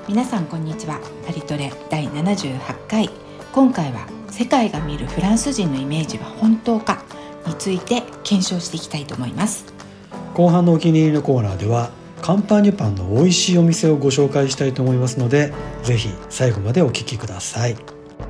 皆さんこんにちは。パリトレ第78回。今回は世界が見るフランス人のイメージは本当かについて検証していきたいと思います。 後半のお気に入りのコーナーではカンパーニュパンの美味しいお店をご紹介したいと思いますので、ぜひ最後までお聞きください。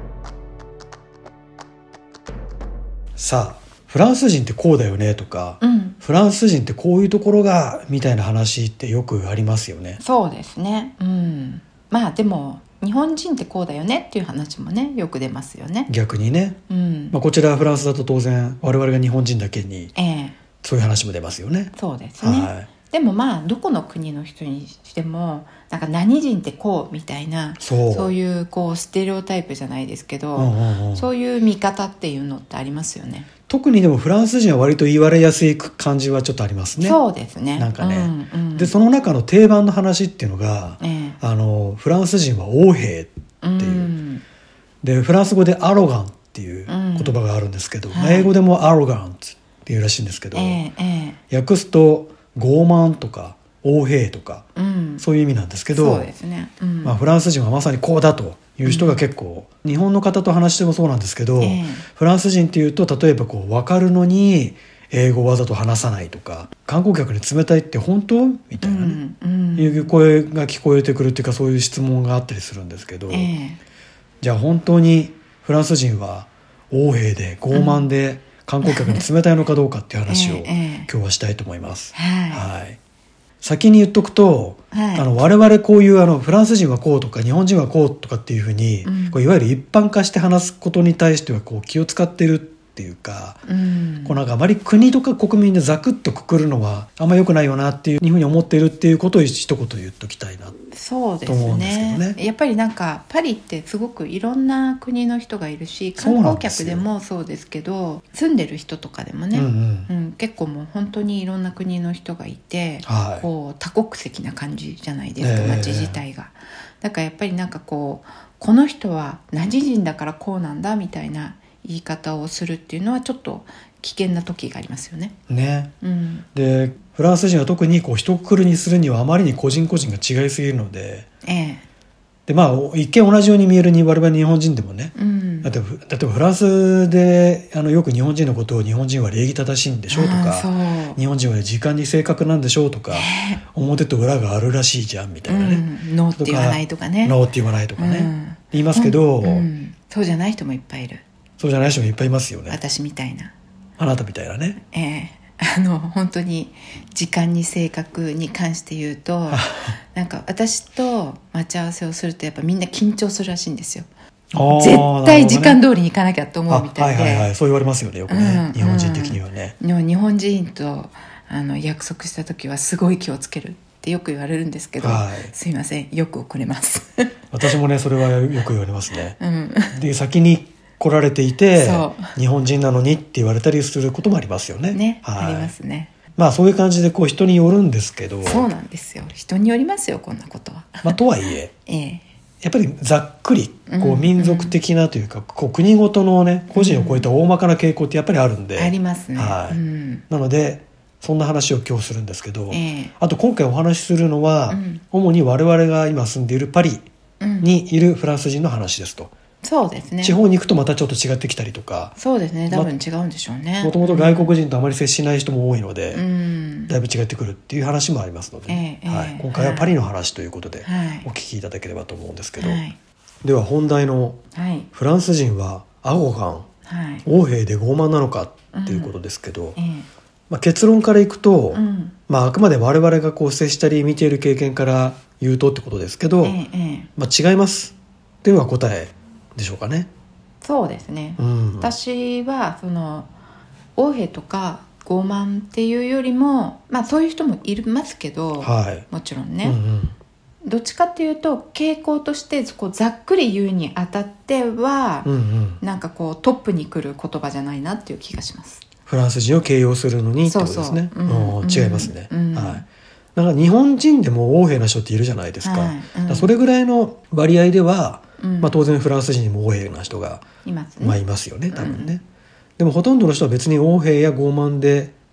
さあ、フランス人ってこうだよねとか、フランス人ってこういうところがみたいな話ってよくありますよね。 そうですね、まあでも日本人ってこうだよねっていう話もねよく出ますよね。 逆にね、こちらフランスだと当然我々が日本人だけにそういう話も出ますよね。 そうですね、でもまあどこの国の人にしてもなんか何人ってこうみたいなそういうこうステレオタイプじゃないですけど、そういう見方っていうのってありますよね。 特にでもフランス人は割と言われやすい感じはちょっとありますね。 そうですね、 なんかね、でその中の定番の話っていうのが、フランス人は横柄っていう、でフランス語でアロガンっていう言葉があるんですけど、英語でもアロガンっていうらしいんですけど、訳すと傲慢とか横柄とか、そういう意味なんですけど、 そうですね、 フランス人はまさにこうだという人が結構、日本の方と話してもそうなんですけど、フランス人っていうと例えばこう分かるのに英語わざと話さないとか、観光客に冷たいって本当みたいなね、いう声が聞こえてくるっていうか、そういう質問があったりするんですけど、じゃあ本当にフランス人は横柄で傲慢で観光客に冷たいのかどうかっていう話を今日はしたいと思います。先に言っとくと、我々こういうフランス人はこうとか日本人はこうとかっていうふうに、こういわゆる一般化して話すことに対してはこう気を使ってるっていうか、こうなんかあまり国とか国民でザクッとくくるのはあんま良くないよなっていうふうに思っているっていうことを一言言っときたいなと思うんですけどね。 やっぱりなんかパリってすごくいろんな国の人がいるし、観光客でもそうですけど住んでる人とかでもね、結構もう本当にいろんな国の人がいて、こう多国籍な感じじゃないですか、街自体が。だからやっぱりなんかこの人は何人だからこうなんだみたいな言い方をするっていうのはちょっと危険な時がありますよね。 でフランス人は特にこう一括りにするにはあまりに個人個人が違いすぎるので、で一見同じように見える我々日本人でもね、例えばフランスでよく日本人のことを日本人は礼儀正しいんでしょうとか、日本人は時間に正確なんでしょうとか、表と裏があるらしいじゃんみたいなね、 ノーって言わないとかね、 ノーって言わないとかね、言いますけど、 そうじゃない人もいっぱいいる。 そうじゃない人もいっぱいいますよね。 私みたいな、 あなたみたいなね、 本当に時間に正確に関して言うとなんか私と待ち合わせをするとやっぱみんな緊張するらしいんですよ。絶対時間通りに行かなきゃと思うみたいで、 そう言われますよねよくね、日本人的にはね。 日本人と約束した時はすごい気をつけるってよく言われるんですけど、すいません、よく遅れます私もねそれはよく言われますね、で先に来られていて日本人なのにって言われたりすることもありますよね。 ありますね。 そういう感じでこう人によるんですけど、 そうなんですよ、人によりますよこんなことは。 とはいえ、やっぱりざっくりこう民族的なというか、こう国ごとのね個人を超えた大まかな傾向ってやっぱりあるんで、 ありますね。 なのでそんな話を今日するんですけど、あと今回お話しするのは、主に我々が今住んでいるパリにいるフランス人の話ですと。 そうですね、 地方に行くとまたちょっと違ってきたりとか、 そうですね、多分違うんでしょうね。 もともと外国人とあまり接しない人も多いので、だいぶ違ってくるっていう話もありますので、今回はパリの話ということでお聞きいただければと思うんですけど、では本題のフランス人はアゴガン、横柄で傲慢なのかっていうことですけど、結論からいくと、あくまで我々がこう接したり見ている経験から言うとってことですけど、違いますっていうのが答えでしょうかね。 そうですね、私は横柄とか傲慢っていうよりも、そういう人もいますけど、もちろんね、どっちかっていうと傾向としてこうざっくり言うにあたっては、なんかこうトップに来る言葉じゃないなっていう気がします。 フランス人を形容するのにってことですね。違いますね。だから日本人でも横柄な人っているじゃないですか。それぐらいの割合では、当然フランス人にも横柄な人がいますよね、多分ね。でもほとんどの人は別に横柄や傲慢で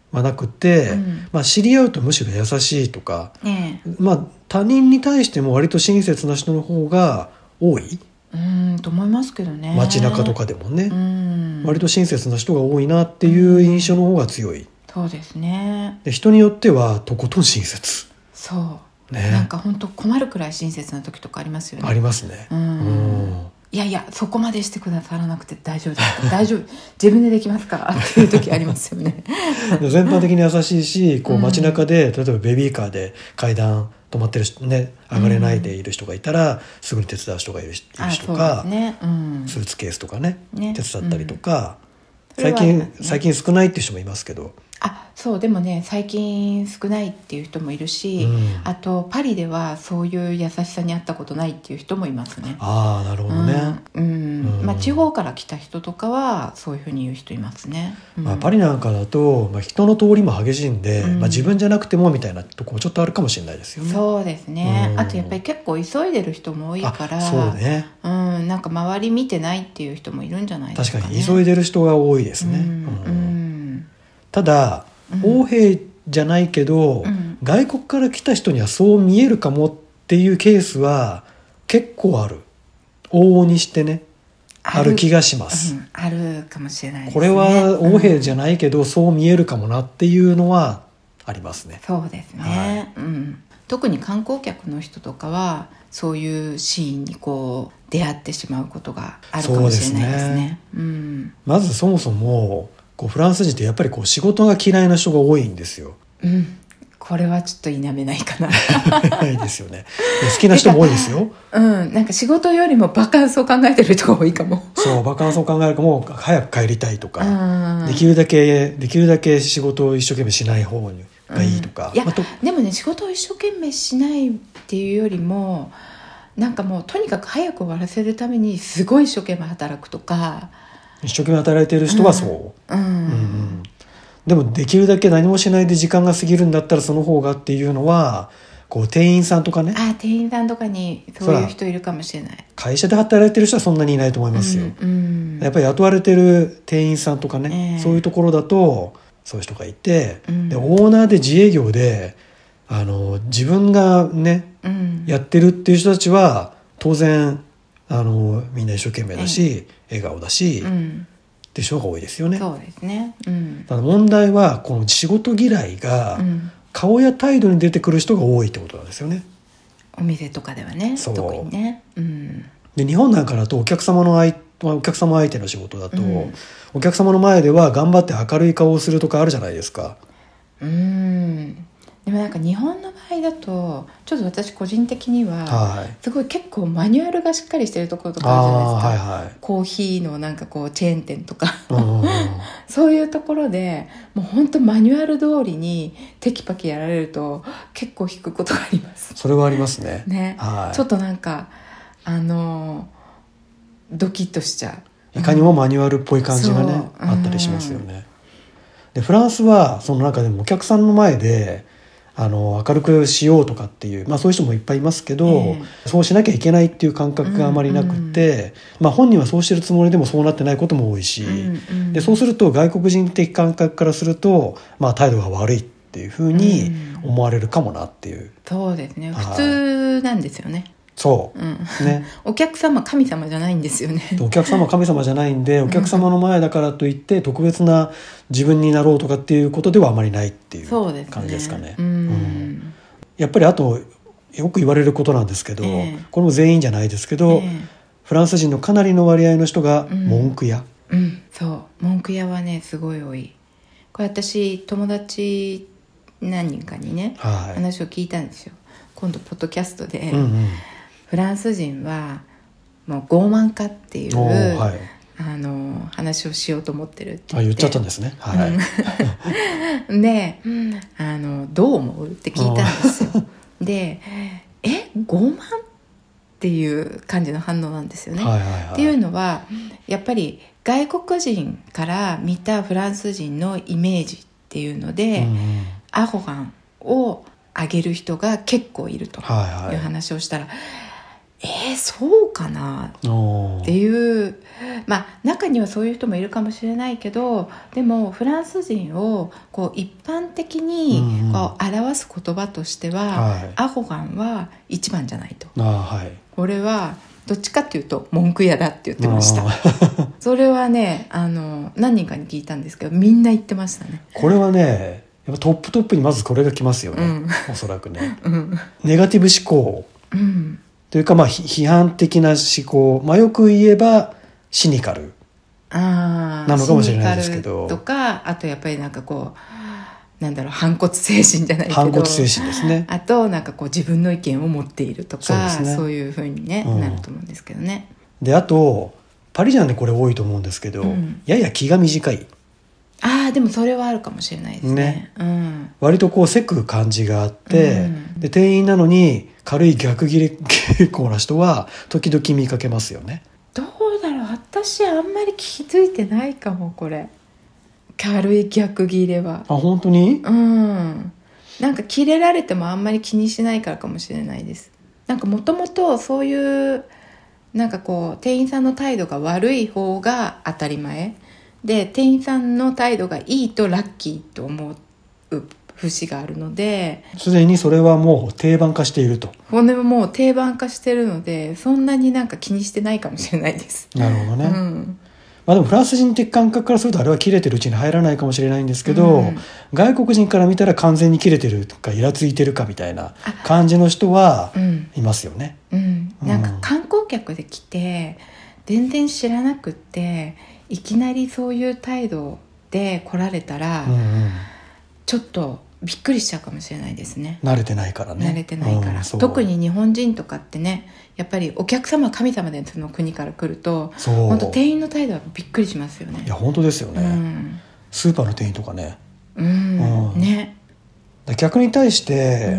はなくて、知り合うとむしろ優しいとか、他人に対しても割と親切な人の方が多いと思いますけどね。 街中とかでもね、割と親切な人が多いなっていう印象の方が強い。 そうですね。 で人によってはとことん親切。 そう、なんか本当困るくらい親切な時とかありますよね。 ありますね。 いやいやそこまでしてくださらなくて大丈夫です大丈夫自分でできますからっていう時ありますよね全般的に優しいし、こう街中で例えばベビーカーで階段止まってる人ね、上がれないでいる人がいたら、すぐに手伝う人がいる人とか、スーツケースとかね手伝ったりとか、最近少ないっていう人もいますけど。 そうでもね最近少ないっていう人もいるし、あとパリではそういう優しさにあったことないっていう人もいますね。 なるほどね。 地方から来た人とかはそういうふうに言う人いますね。 パリなんかだと、人の通りも激しいんで、自分じゃなくてもみたいなとこもちょっとあるかもしれないですよね。 そうですね。あとやっぱり結構急いでる人も多いから、 そうね。 なんか周り見てないっていう人もいるんじゃないですかね。 確かに急いでる人が多いですね。ただ横柄じゃないけど、外国から来た人にはそう見えるかもっていうケースは結構ある。往々にしてね、ある気がします。 あるかもしれないですね。 これは横柄じゃないけど、そう見えるかもなっていうのはありますね。 そうですね。特に観光客の人とかはそういうシーンにこう出会ってしまうことがあるかもしれないですね。 まずそもそもフランス人ってやっぱり仕事が嫌いな人が多いんですよ。 これはちょっと否めないかなないですよね。好きな人も多いですよ。 なんか仕事よりもバカンスを考えてる人が多いかも。 そう、バカンスを考えるかも、早く帰りたいとか、できるだけ仕事を一生懸命しない方がいいとか。 でもね、仕事を一生懸命しないっていうよりもなんかもうとにかく早く終わらせるためにすごい一生懸命働くとか。 一生懸命働いている人はそう、でもできるだけ何もしないで時間が過ぎるんだったらその方がっていうのは店員さんとかね。 店員さんとかにそういう人いるかもしれない。会社で働いてる人はそんなにいないと思いますよ。やっぱり雇われてる店員さんとかね、そういうところだとそういう人がいて、でオーナーで自営業で自分がね、やってるっていう人たちは当然みんな一生懸命だし、笑顔だし、って人が多いですよね。 そうですね。 ただ問題はこの仕事嫌いが顔や態度に出てくる人が多いってことなんですよね。 お店とかではね、特にね。 で日本なんかだとお客様相手の仕事だと、お客様の前では頑張って明るい顔をするとかあるじゃないですか。 でもなんか日本の場合だとちょっと私個人的にはすごい結構マニュアルがしっかりしてるところとかあるじゃないですか。コーヒーのなんかチェーン店とかそういうところでもう本当マニュアル通りにテキパキやられると結構引くことがあります。 それはありますね。 ちょっとなんかドキッとしちゃう。 いかにもマニュアルっぽい感じがね、あったりしますよね。でフランスはその中でもお客さんの前で明るくしようとかっていう、そういう人もいっぱいいますけど、そうしなきゃいけないっていう感覚があまりなくて、本人はそうしてるつもりでもそうなってないことも多いし、でそうすると外国人的感覚からすると、態度が悪いっていうふうに思われるかもなっていう。 そうですね、普通なんですよね。 そうね、 お客様神様じゃないんですよね。 お客様神様じゃないんで、お客様の前だからといって特別な自分になろうとかっていうことではあまりないっていう感じですかね。やっぱりあとよく言われることなんですけど、これも全員じゃないですけど、フランス人のかなりの割合の人が文句屋、 そう文句屋はねすごい多い。これ私友達何人かにね、話を聞いたんですよ。今度ポッドキャストで、フランス人はもう傲慢かっていう、話をしようと思ってるって言っちゃったんですね。 で、どう思うって聞いたんですよ。で傲慢っていう感じの反応なんですよね。っていうのはやっぱり外国人から見たフランス人のイメージっていうので、アロガンを上げる人が結構いるという話をしたら、 そうかなっていう、中にはそういう人もいるかもしれないけど、でもフランス人をこう一般的にこう表す言葉としては、アホガンは一番じゃないと。これはどっちかっていうと文句屋だって言ってました。それはね、何人かに聞いたんですけど、みんな言ってましたね。 これはね、やっぱトップにまずこれが来ますよね、おそらくね、ネガティブ思考、というか批判的な思考、よく言えばシニカルなのかもしれないですけど、 シニカルとか、あとやっぱりなんかこう反骨精神じゃないけど、 反骨精神ですね。 あとなんかこう自分の意見を持っているとか、そういう風にね、なると思うんですけどね。 で、あとパリジャンでこれ多いと思うんですけど、やや気が短い。 でもそれはあるかもしれないですね。 割とこうせく感じがあって、で店員なのに軽い逆ギレ傾向な人は時々見かけますよね。 どうだろう、私あんまり気づいてないかも、これ軽い逆ギレは。 本当に？ なんかキレられてもあんまり気にしないからかもしれないです。なんかもともとそういうなんかこう店員さんの態度が悪い方が当たり前で、店員さんの態度がいいとラッキーと思う節があるので、 すでにそれはもう定番化していると。 これももう定番化してるので、そんなになんか気にしてないかもしれないです。 なるほどね。でもフランス人的感覚からするとあれは切れてるうちに入らないかもしれないんですけど、外国人から見たら完全に切れてるかイラついてるかみたいな感じの人はいますよね。 なんか観光客で来て全然知らなくっていきなりそういう態度で来られたら、ちょっとびっくりしちゃうかもしれないですね。 慣れてないからね。 特に日本人とかってね、やっぱりお客様は神様でその国から来ると、本当店員の態度はびっくりしますよね。 いや本当ですよね。スーパーの店員とかね。逆に対して、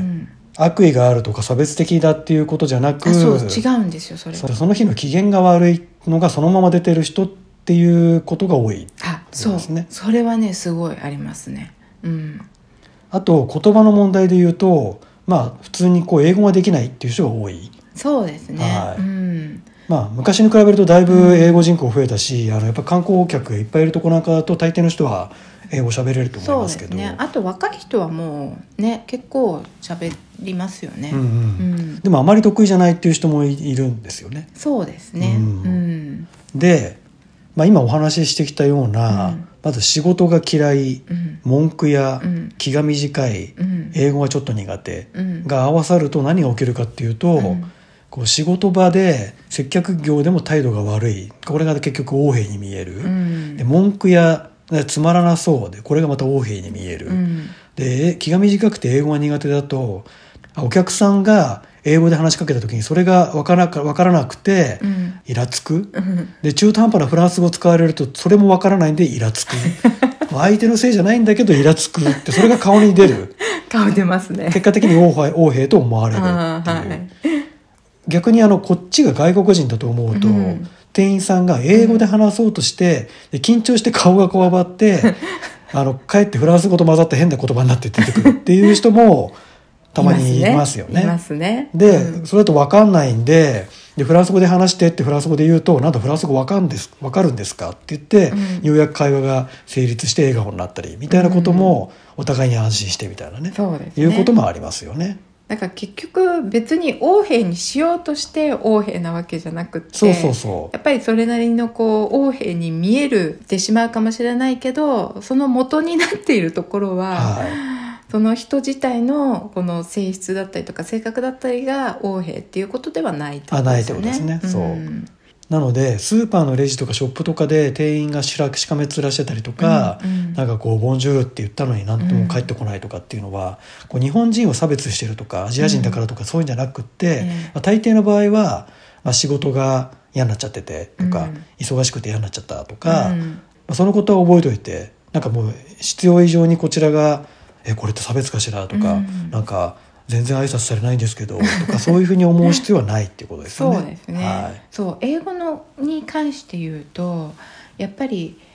悪意があるとか差別的だっていうことじゃなく、 違うんですよ。その日の機嫌が悪いのがそのまま出てる人っていうことが多いですね。 それはねすごいありますね。 あと言葉の問題で言うと、普通にこう英語ができないっていう人が多い。 そうですね。 昔に比べるとだいぶ英語人口増えたし、やっぱ観光客がいっぱいいるとこなんかだと大抵の人は英語喋れると思いますけど、 あと若い人はもうね結構喋りますよね。 でもあまり得意じゃないっていう人もいるんですよね。 そうですね。 で、今お話ししてきたような、まず仕事が嫌い、文句や、気が短い、英語がちょっと苦手が合わさると何が起きるかっていうと、こう仕事場で接客業でも態度が悪い、これが結局横柄に見える、で文句やつまらなそうでこれがまた横柄に見える、で気が短くて英語が苦手だとお客さんが英語で話しかけた時にそれが分からなくてイラつく、で中途半端なフランス語を使われるとそれも分からないんでイラつく相手のせいじゃないんだけどイラつくってそれが顔に出る顔出ますね。 結果的に横柄と思われるっていう、逆にこっちが外国人だと思うと、店員さんが英語で話そうとして、で緊張して顔がこわばってかえってフランス語と混ざって変な言葉になって出てくるっていう人もたまにいますよね。 いますね。 で、それだと分かんないんで、フランス語で話してってフランス語で言うと、なんとフランス語分かるんですかって言って、ようやく会話が成立して笑顔になったりみたいなこともお互いに安心してみたいなね、 そうですね、 いうこともありますよね。 だから結局別に横柄にしようとして横柄なわけじゃなくて、やっぱりそれなりのこう横柄に見えてしまうかもしれないけど、その元になっているところは、その人自体のこの性質だったりとか性格だったりが横柄っていうことではないってことですよね。 ないってことですね。そう。なのでスーパーのレジとかショップとかで店員がしかめ面してたりとか、なんかこうボンジュールって言ったのに何とも帰ってこないとかっていうのは、こう日本人を差別してるとかアジア人だからとかそういうんじゃなくって、大抵の場合は、仕事が嫌になっちゃっててとか、忙しくて嫌になっちゃったとか、そのことは覚えておいて、なんかもう必要以上にこちらがこれって差別かしらとか、なんか全然挨拶されないんですけどとかそういうふうに思う必要はないっていうことですよね。 そうですね。そう英語に関して言うとやっぱり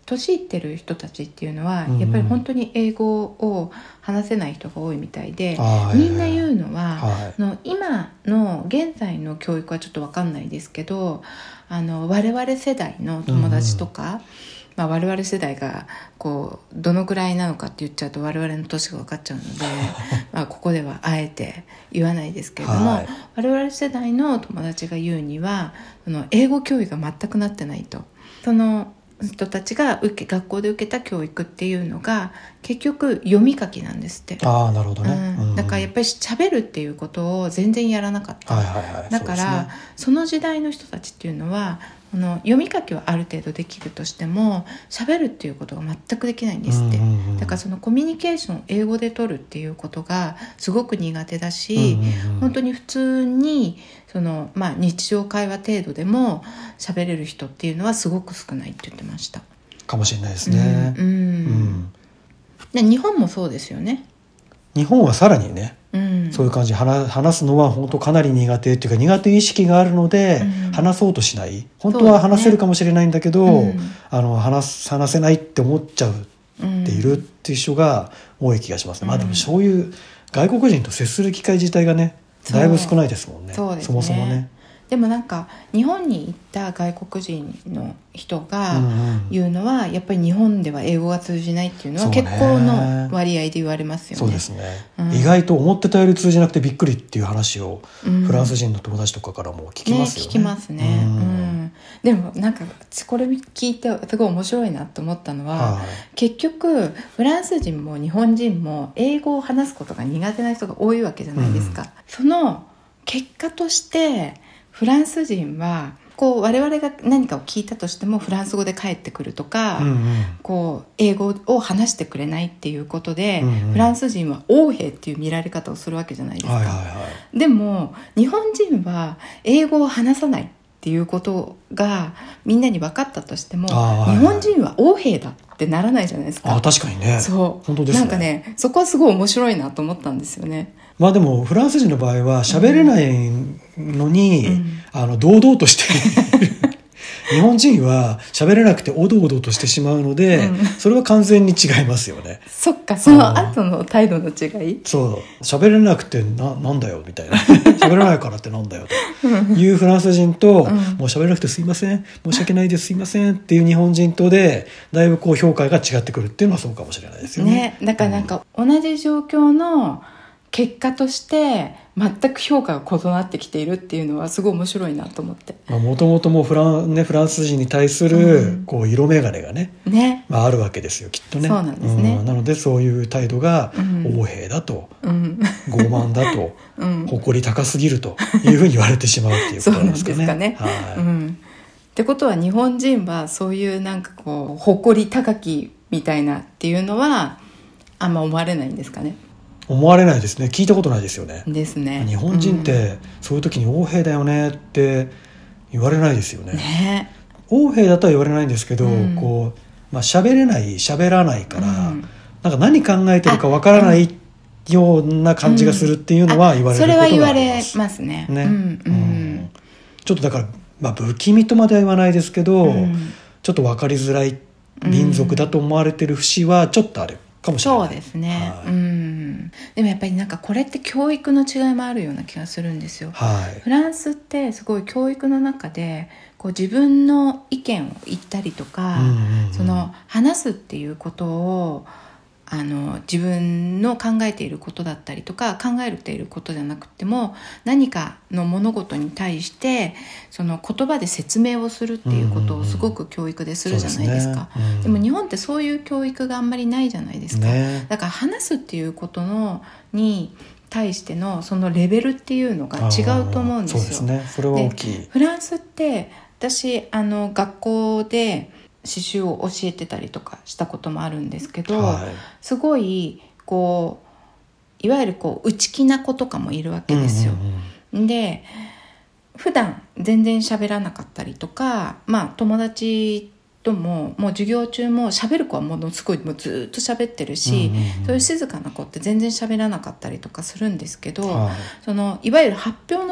年いってる人たちっていうのは、やっぱり本当に英語を話せない人が多いみたいで、みんな言うのは、今の現在の教育はちょっと分かんないですけど、我々世代の友達とか、我々世代がこうどのぐらいなのかって言っちゃうと我々の年が分かっちゃうのでここではあえて言わないですけれども、我々世代の友達が言うには、英語教育が全くなってないと。その人たちが学校で受けた教育っていうのが結局読み書きなんですって。 なるほどね、 だからやっぱり喋るっていうことを全然やらなかった、だから その時代の人たちっていうのは読み書きはある程度できるとしても喋るっていうことが全くできないんですって、だからそのコミュニケーションを英語で取るっていうことがすごく苦手だし、本当に普通に日常会話程度でも喋れる人っていうのはすごく少ないって言ってました。 かもしれないですね。 で日本もそうですよね。 日本はさらにね、そういう感じで話すのは本当かなり苦手っていうか、苦手意識があるので話そうとしない、本当は話せるかもしれないんだけど、話せないって思っちゃうっているっていう人が多い気がしますね。でもそういう外国人と接する機会自体がねだいぶ少ないですもんね。そもそもね。 でも日本に行った外国人の人が言うのは、やっぱり日本では英語が通じないっていうのは結構の割合で言われますよね。 そうですね、意外と思ってたより通じなくてびっくりっていう話をフランス人の友達とかからも聞きますよね。 聞きますね。でもこれ聞いてすごい面白いなと思ったのは、結局フランス人も日本人も英語を話すことが苦手な人が多いわけじゃないですか。その結果としてフランス人は我々が何かを聞いたとしてもフランス語で返ってくるとか、英語を話してくれないっていうことで、フランス人は横兵っていう見られ方をするわけじゃないですか。でも日本人は英語を話さないっていうことがみんなに分かったとしても、日本人は横兵だってならないじゃないですか。 確かにね。本当ですね。そこはすごい面白いなと思ったんですよね。 でもフランス人の場合は喋れないのに、堂々としている日本人は喋れなくておどおどとしてしまうので、それは完全に違いますよね。 そっか、その後の態度の違い。 喋れなくてなんだよみたいな喋れないからってなんだよというフランス人と、もう喋れなくてすいません、申し訳ないですすいませんっていう日本人とでだいぶ評価が違ってくるっていうのはそうかもしれないですよね。 だから同じ状況の結果として全く評価が異なってきているっていうのはすごい面白いなと思って。 もともともフランス人に対する色眼鏡がね、あるわけですよきっとね。 そうなんですね。 なのでそういう態度が横兵だと、傲慢だと、誇り高すぎるというふうに言われてしまうっていうことなんですかね。 そうなんですかね。ってことは日本人はそういう誇り高きみたいなっていうのはあんま思われないんですかね。 思われないですね。聞いたことないですよね。 ですね。 日本人ってそういう時に横兵だよねって言われないですよね。横兵だとは言われないんですけど、喋れない喋らないから、何考えてるかわからないような感じがするっていうのは言われることがあります。 それは言われますね。 ちょっとだから不気味とまでは言わないですけど、ちょっと分かりづらい民族だと思われてる節はちょっとあるかもしれない。 そうですね。でもやっぱりこれって教育の違いもあるような気がするんですよ。フランスってすごい教育の中で自分の意見を言ったりとか、話すっていうことを自分の考えていることだったりとか考えていることじゃなくても何かの物事に対してその言葉で説明をするっていうことをすごく教育でするじゃないですか。でも日本ってそういう教育があんまりないじゃないですか。だから話すっていうことに対してのそのレベルっていうのが違うと思うんですよ。 そうですね。それは大きい。 フランスって私学校で刺繍を教えてたりとかしたこともあるんですけど、すごいいわゆる内気な子とかもいるわけですよ。で普段全然喋らなかったりとか、友達ともう授業中も喋る子はものすごいもうずっと喋ってるし、そういう静かな子って全然喋らなかったりとかするんですけど、いわゆる発表の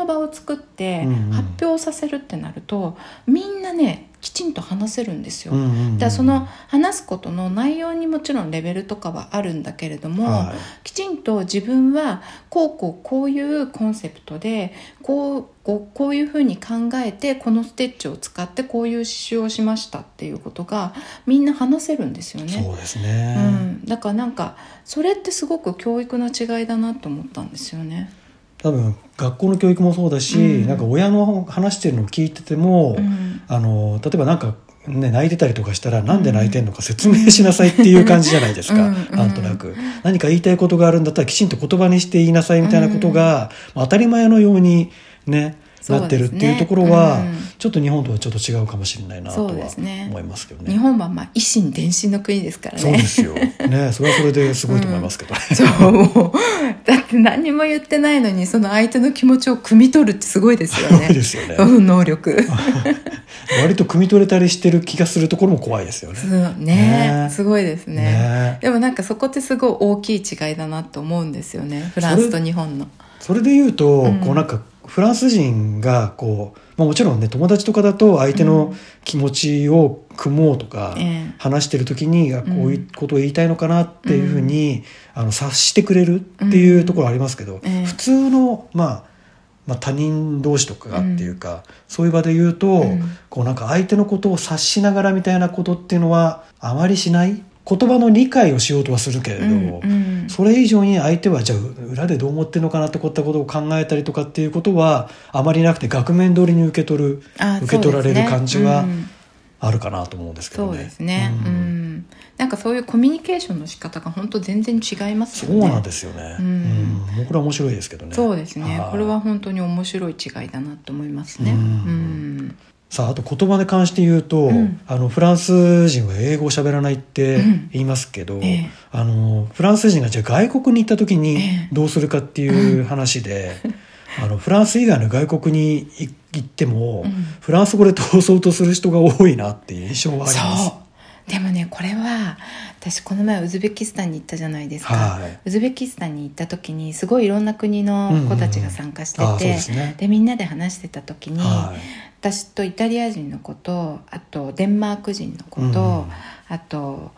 場を作って発表させるってなると、みんなねきちんと話せるんですよ。だからその話すことの内容にもちろんレベルとかはあるんだけれども、きちんと自分はこういうコンセプトでこういうふうに考えてこのステッチを使ってこういう刺繍をしましたっていうことがみんな話せるんですよね。 そうですね、 だからなんかそれってすごく教育の違いだなと思ったんですよね。 多分学校の教育もそうだし、なんか親の話してるのを聞いてても、例えばなんか、ね、泣いてたりとかしたら、なんで泣いてんのか説明しなさいっていう感じじゃないですか。なんとなく何か言いたいことがあるんだったらきちんと言葉にして言いなさいみたいなことが、当たり前のようにねなってるっていうところは、ちょっと日本とはちょっと違うかもしれないなとは思いますけどね。 日本は維新伝心の国ですからね。 そうですよ、ね、それはそれですごいと思いますけどね、 そうだって何も言ってないのにその相手の気持ちを汲み取るってすごいですよね。 すごいですよね、 能力割と汲み取れたりしてる気がするところも怖いですよね。 すごいですね。でもなんかそこってすごい大きい違いだなと思うんですよね、フランスと日本の。 それで言うと、こうなんかフランス人がこう、もちろんね友達とかだと相手の気持ちを組もうとか話してる時に、こういうことを言いたいのかなっていうふうに、察してくれるっていうところありますけど、普通の他人同士とかっていうか、そういう場で言うと、こうなんか相手のことを察しながらみたいなことっていうのはあまりしない。言葉の理解をしようとはするけれど、それ以上に相手はじゃあ裏でどう思ってるのかなってこったことを考えたりとかっていうことはあまりなくて、額面通りに受け取られる感じはあるかなと思うんですけどね。 そうですね、なんかそういうコミュニケーションの仕方が本当全然違いますよね。 そうなんですよね、もうこれは面白いですけどね。 そうですね、これは本当に面白い違いだなと思いますね。 さあ、あと言葉に関して言うと、フランス人は英語を喋らないって言いますけど、フランス人がじゃあ外国に行った時にどうするかっていう話で、フランス以外の外国に行っても、フランス語で通そうとする人が多いなっていう印象はあります。 でもね、これは私この前ウズベキスタンに行ったじゃないですか、ウズベキスタンに行った時にすごいいろんな国の子たちが参加してて、でみんなで話してた時に、私とイタリア人の子と、あとデンマーク人の子と、あと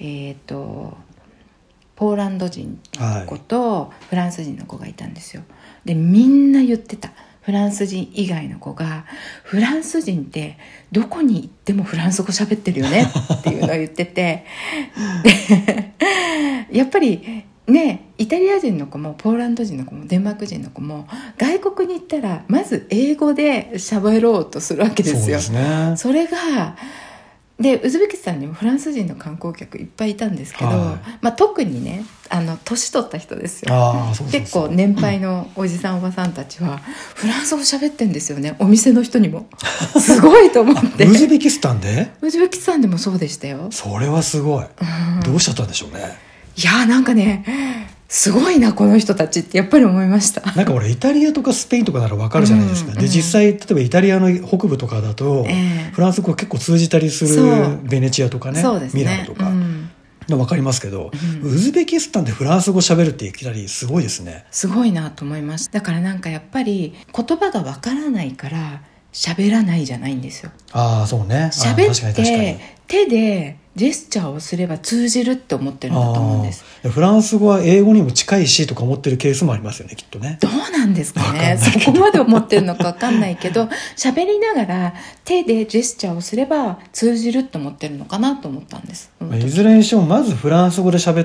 ポーランド人の子と、フランス人の子がいたんですよ。でみんな言ってた、フランス人以外の子が、フランス人ってどこに行ってもフランス語喋ってるよねっていうのを言っててでやっぱりね、イタリア人の子もポーランド人の子もデンマーク人の子も外国に行ったらまず英語で喋ろうとするわけですよ。 そうですね。 それがでウズベキスタンにもフランス人の観光客いっぱいいたんですけど、特にね年取った人ですよ。結構年配のおじさんおばさんたちはフランス語喋ってんですよね、お店の人にも。すごいと思ってウズベキスタンで？ ウズベキスタンでもそうでしたよ。 それはすごい、どうしちゃったんでしょうね。 いやなんかね、すごいなこの人たちってやっぱり思いました。 なんか俺イタリアとかスペインとかなら分かるじゃないですか、で実際例えばイタリアの北部とかだと、フランス語結構通じたりする、ベネチアとかね、ミラノとか、分かりますけど、ウズベキスタンでフランス語喋るっていきなりすごいですね。 すごいなと思いました。だからなんかやっぱり言葉が分からないから喋らないじゃないんですよ。 そうね。 喋って手でジェスチャーをすれば通じるって思ってるんだと思うんです。 フランス語は英語にも近いしとか思ってるケースもありますよね、きっとね。 どうなんですかね、そこまで思ってるのか分かんないけど喋りながら手でジェスチャーをすれば通じるって思ってるのかなと思ったんです。 いずれにしてもまずフランス語で喋って、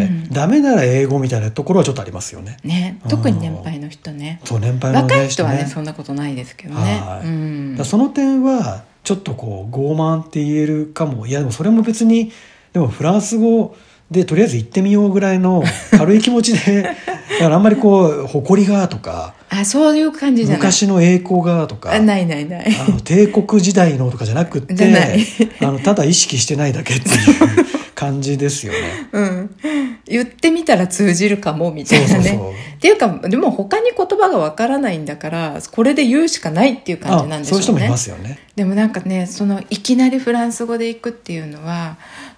ダメなら英語みたいなところはちょっとありますよね。 特に年配の人ね。 そう、年配の、 若い人はねそんなことないですけどね。 その点はちょっとこう傲慢って言えるかも。いやでもそれも別に、でもフランス語でとりあえず行ってみようぐらいの軽い気持ちでだからあんまりこう誇りがとかそういう感じじゃない、 昔の栄光がとかない帝国時代のとかじゃなくってただ意識してないだけっていう感じですよね。 言ってみたら通じるかもみたいなね。っていうかでも他に言葉がわからないんだからこれで言うしかないっていう感じなんでしょうね。 そういう人もいますよね。 でもなんかね、いきなりフランス語で行くっていうのは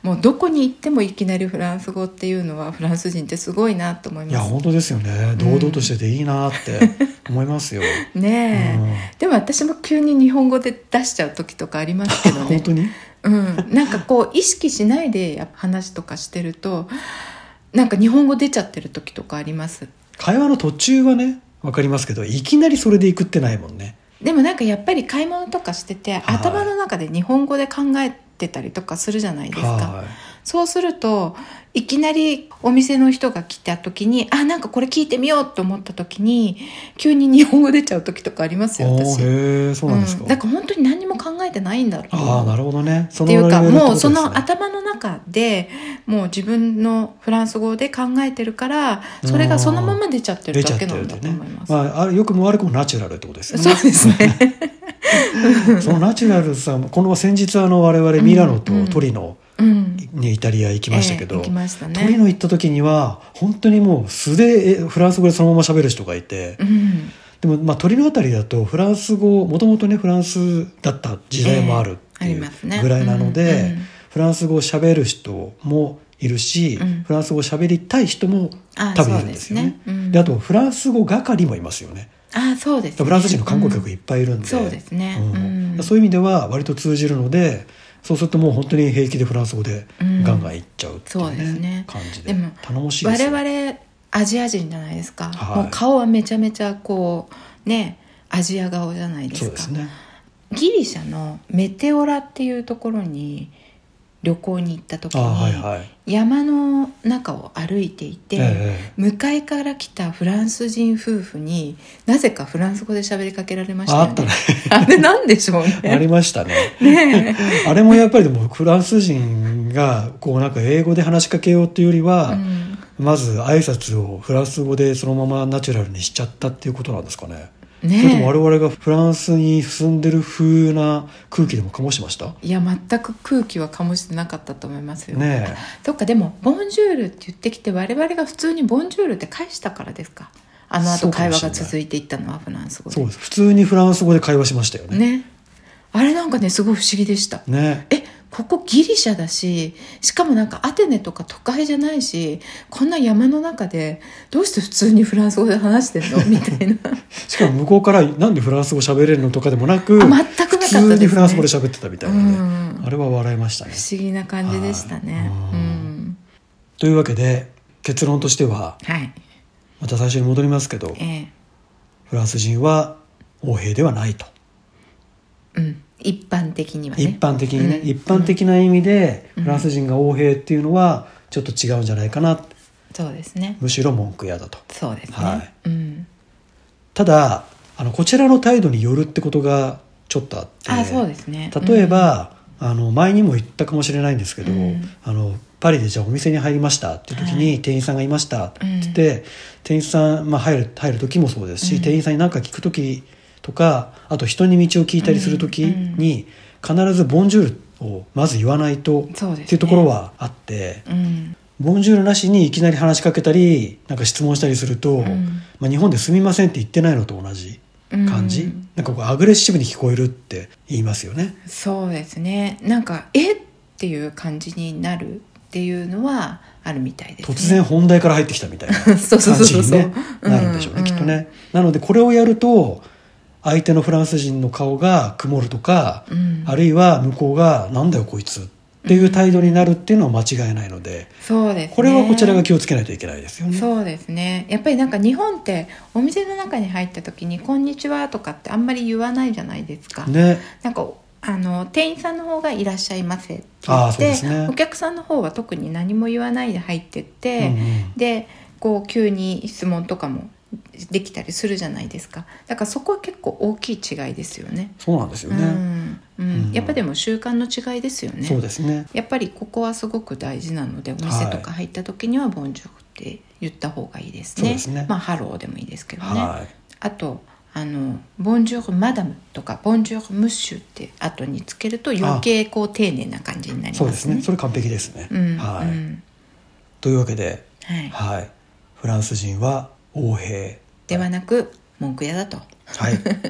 もうどこに行ってもいきなりフランス語っていうのはフランス人ってすごいなと思います。 いや本当ですよね、堂々としてていいなって思いますよねえ、でも私も急に日本語で出しちゃう時とかありますけどね本当に、 なんかこう意識しないで話とかしてるとなんか日本語出ちゃってる時とかあります。 会話の途中はね分かりますけど、いきなりそれでいくってないもんね。 でもなんかやっぱり買い物とかしてて、頭の中で日本語で考えてたりとかするじゃないですか。そうするといきなりお店の人が来た時になんかこれ聞いてみようと思った時に急に日本語出ちゃう時とかありますよ私。 へえ、そうなんですか。 だから本当に何も考えてないんだろう。 なるほどね。 っていうかもうその頭の中でもう自分のフランス語で考えてるからそれがそのまま出ちゃってるだけなんだと思います。 良くも悪くもナチュラルってことですよね。 そうですねそのナチュラルさ、この先日我々ミラノとトリノにイタリア行きましたけど、 行きましたね。 トリノ行った時には本当にもう素でフランス語でそのまま喋る人がいて、でもトリノあたりだとフランス語もともとねフランスだった時代もあるっていうぐらいなので、フランス語を喋る人もいるし、フランス語を喋りたい人も多分いるんですよね。であとフランス語係もいますよね。 そうですね、 フランス人の観光客いっぱいいるんで、 そうですね、 そういう意味では割と通じるので、そうするともう本当に平気でフランス語でガンガンいっちゃうっていう、 そうですね、 感じででも頼もしいですよ。 我々アジア人じゃないですか、もう顔はめちゃめちゃこうねアジア顔じゃないですか。 そうですね。 ギリシャのメテオラっていうところに旅行に行った時に、山の中を歩いていて、向かいから来たフランス人夫婦になぜかフランス語で喋りかけられましたよね。 あったねあれなんでしょうね。 ありましたね。ねあれもやっぱりでもフランス人がこうなんか英語で話しかけようっていうよりは、まず挨拶をフランス語でそのままナチュラルにしちゃったっていうことなんですかね。それとも我々がフランスに住んでる風な空気でも醸してました？ いや全く空気は醸してなかったと思いますよね。 そっか、でもボンジュールって言ってきて我々が普通にボンジュールって返したからですか。あの後会話が続いていったのはフランス語で。 そうです、普通にフランス語で会話しましたよね。 あれなんかねすごい不思議でしたね。 ここギリシャだし、しかもなんかアテネとか都会じゃないし、こんな山の中でどうして普通にフランス語で話してんのみたいなしかも向こうからなんでフランス語喋れるのとかでもなく、 全くなかったですね。 普通にフランス語で喋ってたみたいなね、あれは笑いましたね。 不思議な感じでしたね。 というわけで結論としては、また最初に戻りますけど、フランス人は欧平ではないと。 一般的にはね。 一般的にね、一般的な意味でフランス人が欧平っていうのはちょっと違うんじゃないかな。 そうですね。 むしろ文句屋だと。 そうですね。 ただこちらの態度によるってことがちょっとあって、 そうですね。 例えば、前にも言ったかもしれないんですけど、パリでじゃあお店に入りましたっていう時に、店員さんがいましたって言って、店員さん、入る時もそうですし、店員さんに何か聞く時とか、あと人に道を聞いたりする時に、必ずボンジュールをまず言わないと、っていうところはあって、ボンジュールなしにいきなり話しかけたりなんか質問したりすると、日本ですみませんって言ってないのと同じ感じ、なんかこうアグレッシブに聞こえるって言いますよね。 そうですね。なんかっていう感じになるっていうのはあるみたいですね。 突然本題から入ってきたみたいな感じに、ね、なるんでしょうね、きっとね。なのでこれをやると相手のフランス人の顔が曇るとか、あるいは向こうがなんだよこいつっていう態度になるっていうのは間違いないので、 そうですね、 これはこちらが気をつけないといけないですよね。 そうですね。やっぱりなんか日本ってお店の中に入った時にこんにちはとかってあんまり言わないじゃないですか、ね、なんか店員さんの方がいらっしゃいませって言って、お客さんの方は特に何も言わないで入ってって、でこう急に質問とかもできたりするじゃないですか。だからそこは結構大きい違いですよね。 そうなんですよね、 やっぱでも習慣の違いですよね。 そうですね。 やっぱりここはすごく大事なので、お店とか入った時にはボンジュールって言った方がいいですね。そうですね。ハローでもいいですけどね、あとボンジュールマダムとかボンジュールムッシュって後につけると余計こう丁寧な感じになりますね。 そうですね。それ完璧ですね、というわけで、フランス人は欧平ではなく文句屋だと。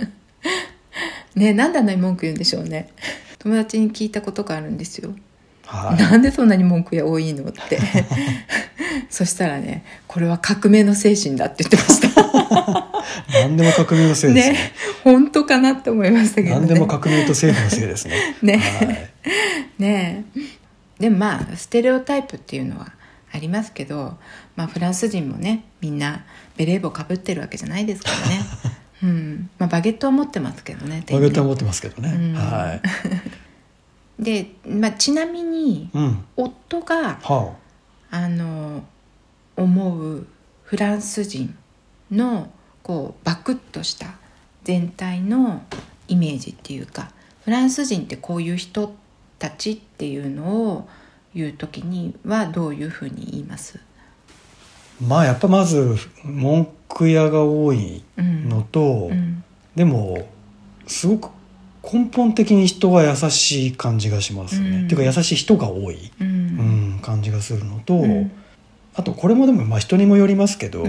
ね、なんであんなに文句言うんでしょうね。友達に聞いたことがあるんですよ。 はい、 なんでそんなに文句が多いのってそしたらね、これは革命の精神だって言ってました何でも革命のせいです ね。 本当かなって思いましたけどね。 何でも革命と政府のせいですねね、 はい、 ねでもまあステレオタイプっていうのはありますけど、まあ、フランス人もねみんなベレー帽かぶってるわけじゃないですからねまあ、バゲットは持ってますけどね。 バゲットは持ってますけどね、はいで、まあ、ちなみに、夫が、思うフランス人のこうバクッとした全体のイメージっていうか、フランス人ってこういう人たちっていうのを言うときにはどういうふうに言います？ まあやっぱまず文句屋が多いのと、でもすごく根本的に人が優しい感じがしますね、っていうか優しい人が多い、感じがするのと、あとこれもでもまあ人にもよりますけど、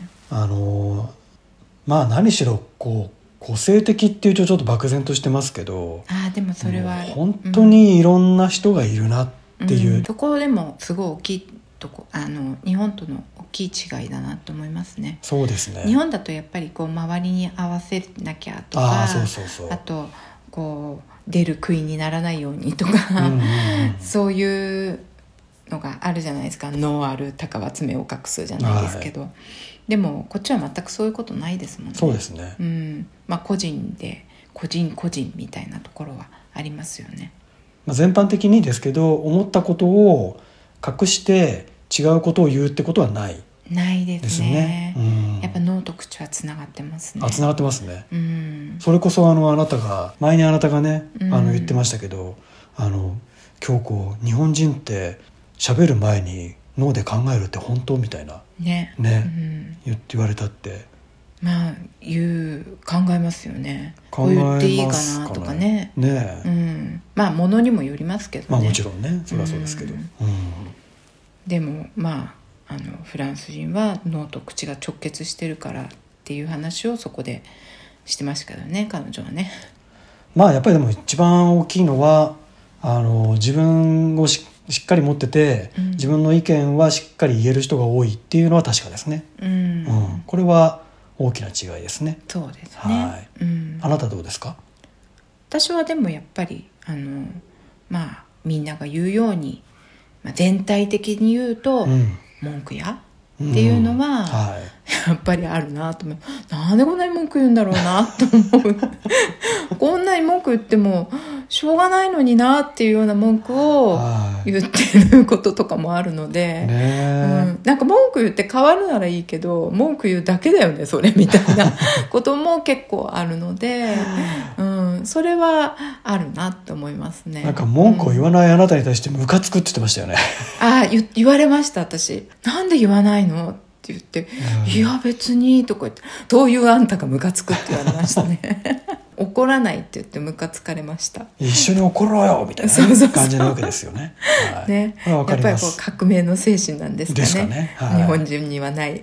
まあ何しろこう個性的っていうとちょっと漠然としてますけど、 でもそれは本当にいろんな人がいるなっていう、 そこでもすごい大きいとこ、日本との大きい違いだなと思いますね。 そうですね。 日本だとやっぱりこう周りに合わせなきゃとか、あとこう出る杭にならないようにとか、そういうのがあるじゃないですか。能ある鷹は爪を隠すじゃないですけど、でもこっちは全くそういうことないですもんね。 そうですね、 まあ、個人で個人みたいなところはありますよね。 全般的にですけど、思ったことを隠して違うことを言うってことはないですね。やっぱ脳と口はつながってますね。 つながってますね、それこそあなたが前にあなたがね、言ってましたけど、京子、日本人って喋る前に脳で考えるって本当みたいな言われたって。 まあ考えますよね。こう言っていいかなとかね。まあ物にもよりますけどね。 まあもちろんね、それはそうですけど、 でもまあフランス人は脳と口が直結してるからっていう話をそこでしてましたけどね、彼女はね。 まあやっぱりでも一番大きいのは自分をしっかり持ってて、自分の意見はしっかり言える人が多いっていうのは確かですね、これは大きな違いですね。 そうですね、 あなたどうですか？ 私はでもやっぱりまあみんなが言うように、全体的に言うと、文句やっていうのは、やっぱりあるなと思う。なんでこんなに文句言うんだろうなと思うこんなに文句言ってもしょうがないのになっていうような文句を言ってることとかもあるので、なんか文句言って変わるならいいけど、文句言うだけだよねそれみたいなことも結構あるので、それはあるなって思いますね。 なんか文句を言わないあなたに対してムカつくって言ってましたよね。 言われました。私なんで言わないのって言って、いや別にとか言って、そういうあんたがムカつくって言われましたね怒らないって言ってムカつかれました。 一緒に怒ろうよみたいな感じなわけですよね。 ね、やっぱりこう革命の精神なんですかね。日本人にはない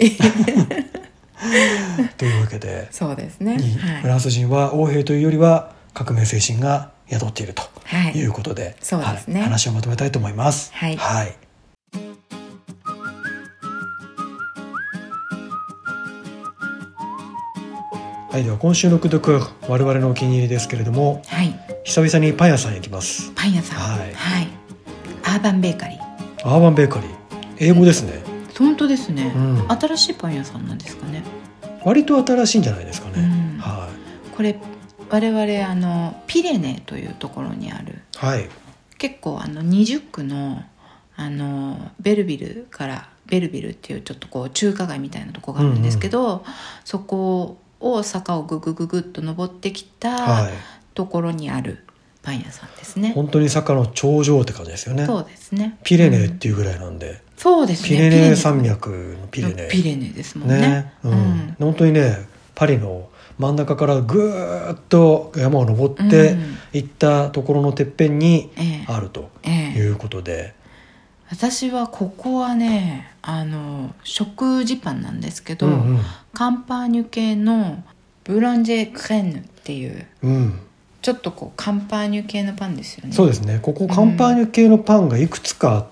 というわけで、 そうですね、 フランス人は横兵というよりは革命精神が宿っているということで、 そうですね、 話をまとめたいと思います。はい、では今週の句読、我々のお気に入りですけれども、久々にパン屋さんへ行きます。 パン屋さん、アーバンベーカリー。 アーバンベーカリー、英語ですね。 本当ですね、新しいパン屋さんなんですかね。 割と新しいんじゃないですかね。 これ我々ピレネというところにある、結構20区のベルビルっていうちょっとこう中華街みたいなとこがあるんですけど、そこを坂をぐぐっと登ってきたところにあるパン屋さんですね。 本当に坂の頂上って感じですよね。 そうですね。 ピレネっていうぐらいなんで、 そうですね。 ピレネ山脈のピレネですもんね。 本当にね、パリの真ん中からぐーっと山を登って行ったところのてっぺんにあるということで、 私はここはね、食事パンなんですけど、カンパーニュ系のブランジェクレンヌっていうちょっとこうカンパーニュ系のパンですよね。 そうですね、ここカンパーニュ系のパンがいくつかあって、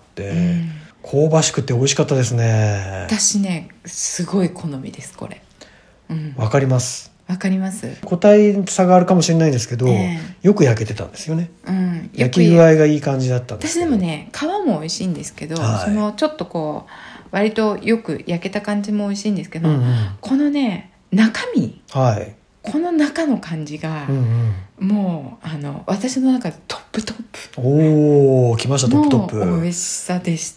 香ばしくて美味しかったですね。 私ねすごい好みですこれ。 わかります。 わかります。 個体差があるかもしれないんですけど、よく焼けてたんですよね。焼き具合がいい感じだったんですけど。 私でもね皮も美味しいんですけど、そのちょっとこう割とよく焼けた感じも美味しいんですけど、このね中身、この中の感じが、もう私の中でトップトップ。 おー、来ました、トップトップ。 美味しさでした。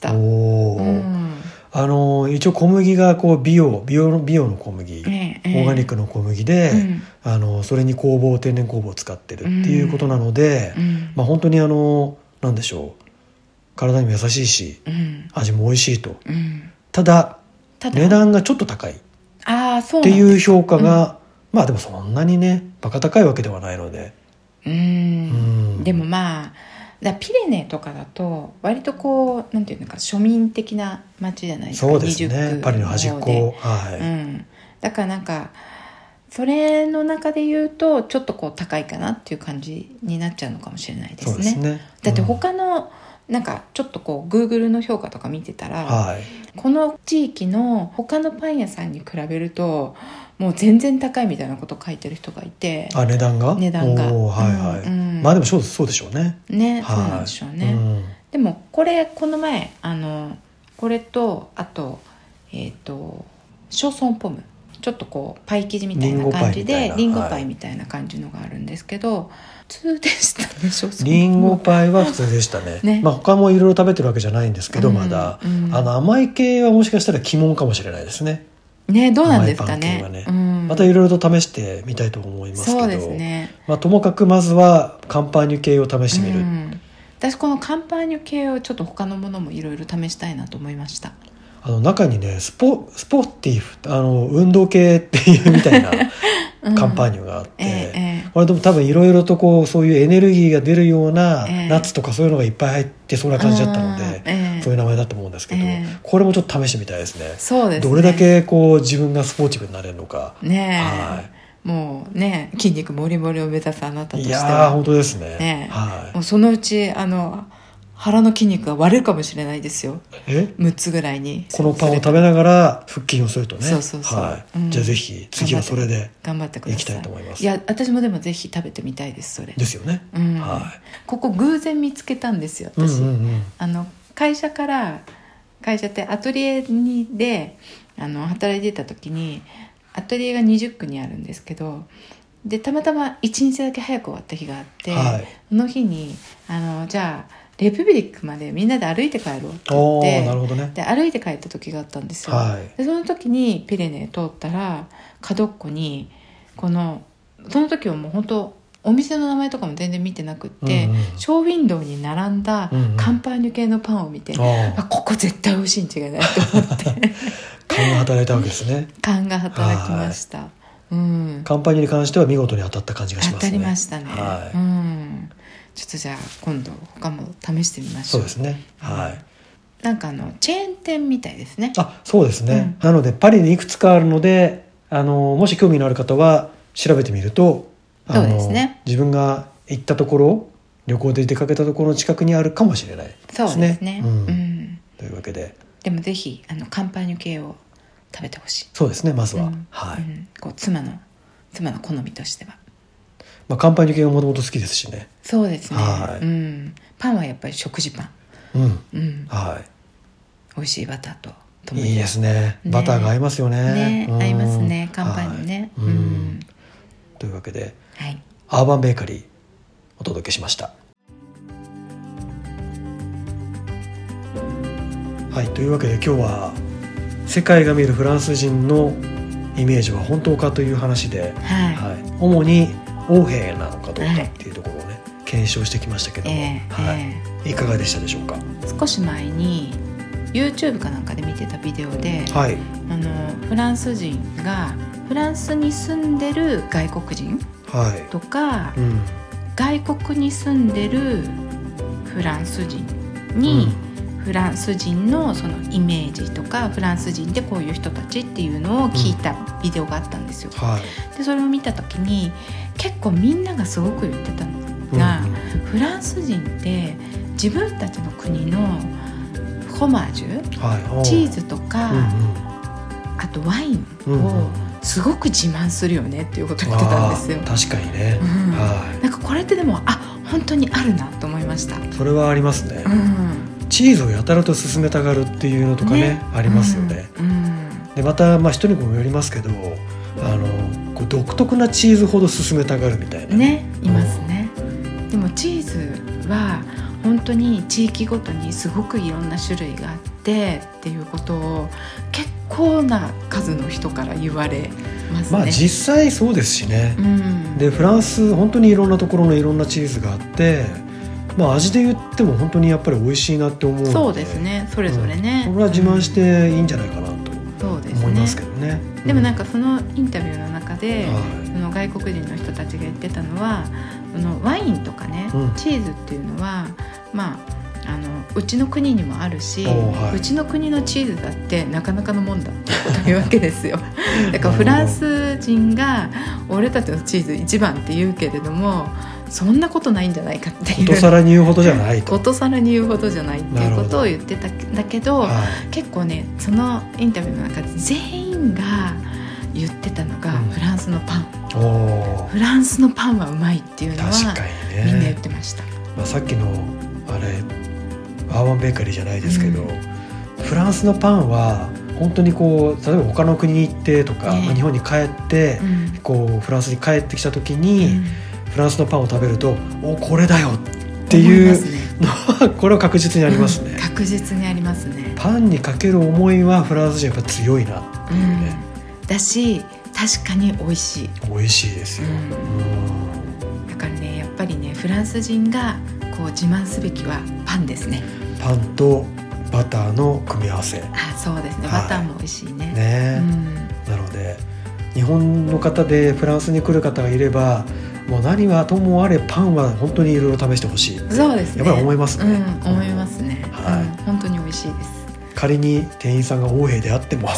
一応小麦がこう美容の小麦、オーガニックの小麦で、それに天然酵母を使ってるっていうことなので、本当になんでしょう、体にも優しいし、味も美味しいと、ただ値段がちょっと高いっていう評価が、でもそんなにねバカ高いわけではないので、 でもピレネとかだと割とこうなんていうのか庶民的な街じゃないですか。 そうですね、パリの端っこ、 だからなんかそれの中で言うとちょっとこう高いかなっていう感じになっちゃうのかもしれないですね。 そうですね、 だって他のなんかちょっとこう Google の評価とか見てたら、この地域の他のパン屋さんに比べるともう全然高いみたいなことを書いてる人がいて、 値段がでもそうでしょうね。 そうなんでしょうね。でもこの前これとあとショーソンポム、ちょっとこうパイ生地みたいな感じでリンゴパイみたいな感じのがあるんですけど、普通でしたね。ショーソンポムリンゴパイは普通でしたね。他もいろいろ食べてるわけじゃないんですけど、まだ甘い系はもしかしたら鬼門かもしれないですね。 どうなんですかね。 またいろいろと試してみたいと思いますけど、 そうですね。 ともかくまずはカンパーニュ系を試してみる。 私このカンパーニュ系をちょっと他のものもいろいろ試したいなと思いました。 中にねスポーティー運動系っていうみたいなカンパーニュがあって、これでも多分いろいろとこうそういうエネルギーが出るようなナッツとかそういうのがいっぱい入ってそうな感じだったので、そういう名前だと思うんですけど、これもちょっと試してみたいですね。 そうですね。 どれだけこう自分がスポーティブになれるのかもうね筋肉もりもりを目指すあなたとしては、 いや本当ですね。 もうそのうち腹の筋肉が割れるかもしれないですよ。6つぐらいにこのパンを食べながら腹筋をするとね。 そう、 じゃあぜひ次はそれで頑張ってください。 いきたいと思います。 いや私もでもぜひ食べてみたいです。それですよね。 ここ偶然見つけたんですよ私。会社ってアトリエで働いてた時に、アトリエが20区にあるんですけど、でたまたま1日だけ早く終わった日があって、その日にじゃあレプビリックまでみんなで歩いて帰ろうって言って、 なるほどね。 で歩いて帰った時があったんですよ。でその時にピレネ通ったら角っこにその時はもう本当お店の名前とかも全然見てなくって、ショーウィンドウに並んだカンパーニュ系のパンを見て、ここ絶対美味しいに違いないと思って勘が働いたわけですね。 勘が働きました。 カンパーニュに関しては見事に当たった感じがしますね。 当たりましたね。ちょっとじゃあ今度他も試してみましょう。 そうですね。 なんかチェーン店みたいですね。 そうですね。なのでパリにいくつかあるので、もし興味のある方は調べてみると、 そうですね。 自分が行ったところ、旅行で出かけたところの近くにあるかもしれないですね。 そうですね。 というわけで。 でもぜひカンパーニュ系を食べてほしい。 そうですね。まずは、 こう妻の好みとしては。 カンパーニュ系はもともと好きですしね。 そうですね。パンはやっぱり食事パン。美味しいバターとともに。 いいですね。バターが合いますよね。 合いますね。カンパーニュね。 というわけで、アーバンベーカリーお届けしました。というわけで今日は世界が見るフランス人のイメージは本当かという話で、主に横柄なのかどうかっていうところをね、検証してきましたけども、いかがでしたでしょうか。 少し前に YouTube かなんかで見てたビデオで、フランス人がフランスに住んでる外国人とか、外国に住んでるフランス人に、 フランス人のそのイメージとか、フランス人でこういう人たちっていうのを聞いたビデオがあったんですよ、でそれを見た時に結構みんながすごく言ってたのが、フランス人って自分たちの国のフォマージュ、チーズとか、あとワインをすごく自慢するよねっていうことを言ってたんですよ。 確かにね、 なんかこれってでも本当にあるなと思いました。 それはありますね、チーズをやたらと勧めたがるっていうのとかねありますよね、でまた、人にもよりますけどこう独特なチーズほど勧めたがるみたいなね、いますね、でもチーズは本当に地域ごとにすごくいろんな種類があってっていうことを結構な数の人から言われますね。 実際そうですしね、でフランス本当にいろんなところのいろんなチーズがあって、味で言っても本当にやっぱり美味しいなって思うので、 そうですね、それぞれね、 これは自慢していいんじゃないかなと思いますけどね。 でもなんかそのインタビューの中で、その外国人の人たちが言ってたのは、ワインとかね、チーズっていうのはうちの国にもあるし、うちの国のチーズだってなかなかのもんだってこと言うわけですよだからフランス人が俺たちのチーズ一番って言うけれども、そんなことないんじゃないかっていう、 ことさらに言うほどじゃないと、 ことさらに言うほどじゃないっていうことを言ってたんだけど、結構ねそのインタビューの中で全員が言ってたのが、フランスのパン、フランスのパンはうまいっていうのはみんな言ってました。 さっきのアーバンベーカリーじゃないですけど、フランスのパンは本当にこう例えば他の国に行ってとか、日本に帰って、こうフランスに帰ってきた時に、フランスのパンを食べるとこれだよっていうのは、これは確実にありますね、 確実にありますね。 パンにかける思いはフランス人やっぱ強いなっていうね、 だし確かに美味しい、 美味しいですよ、 だからねやっぱりねフランス人がこう自慢すべきはパンですね。 パンとバターの組み合わせ、 そうですね、バターも美味しいね、 なので日本の方でフランスに来る方がいれば、もう何はともあれパンは本当にいろいろ試してほしい、 そうですね、 やっぱり思いますね、 思いますね、本当に美味しいです。 仮に店員さんが横柄であっても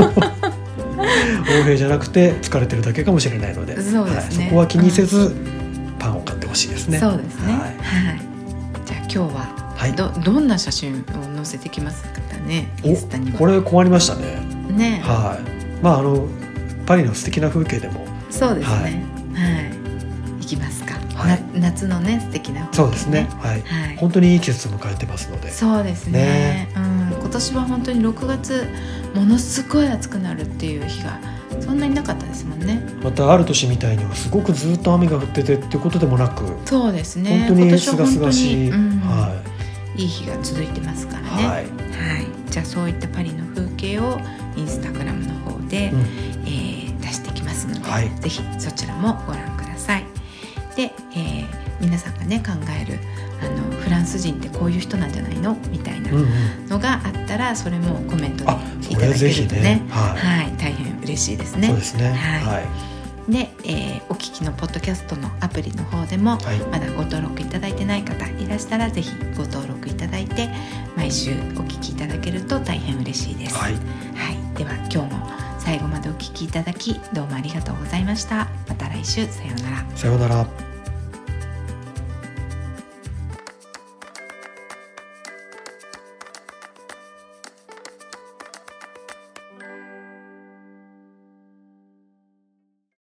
横柄じゃなくて疲れてるだけかもしれないので、そこは気にせず、パンを買ってほしいですね。 そうですね、じゃあ今日はどんな写真を載せてきますかね、インスタには。 これ困りましたね。パリの素敵な風景でも、 そうですね、行きますか、夏のね素敵な風景、 そうですね、本当にいい季節を迎えてますので。 そうですね、今年は本当に6月ものすごい暑くなるっていう日がそんなになかったですもんね。 またある年みたいにすごくずっと雨が降っててっていうことでもなく、 そうですね、 本当にすがすがしい、 いい日が続いてますからね、じゃあそういったパリの風景をインスタグラムの方で、出していきますので、ぜひそちらもご覧ください。で、皆さんがね考えるフランス人ってこういう人なんじゃないのみたいなのがあったら、それもコメントでいただけるとね、大変嬉しいですね。 そうですね、 で、お聞きのポッドキャストのアプリの方でも、まだご登録いただいてない方いらしたらぜひご登録いただいて毎週お聞きいただけると大変嬉しいです。では今日も最後までお聞きいただきどうもありがとうございました。また来週、さようなら。 さようなら。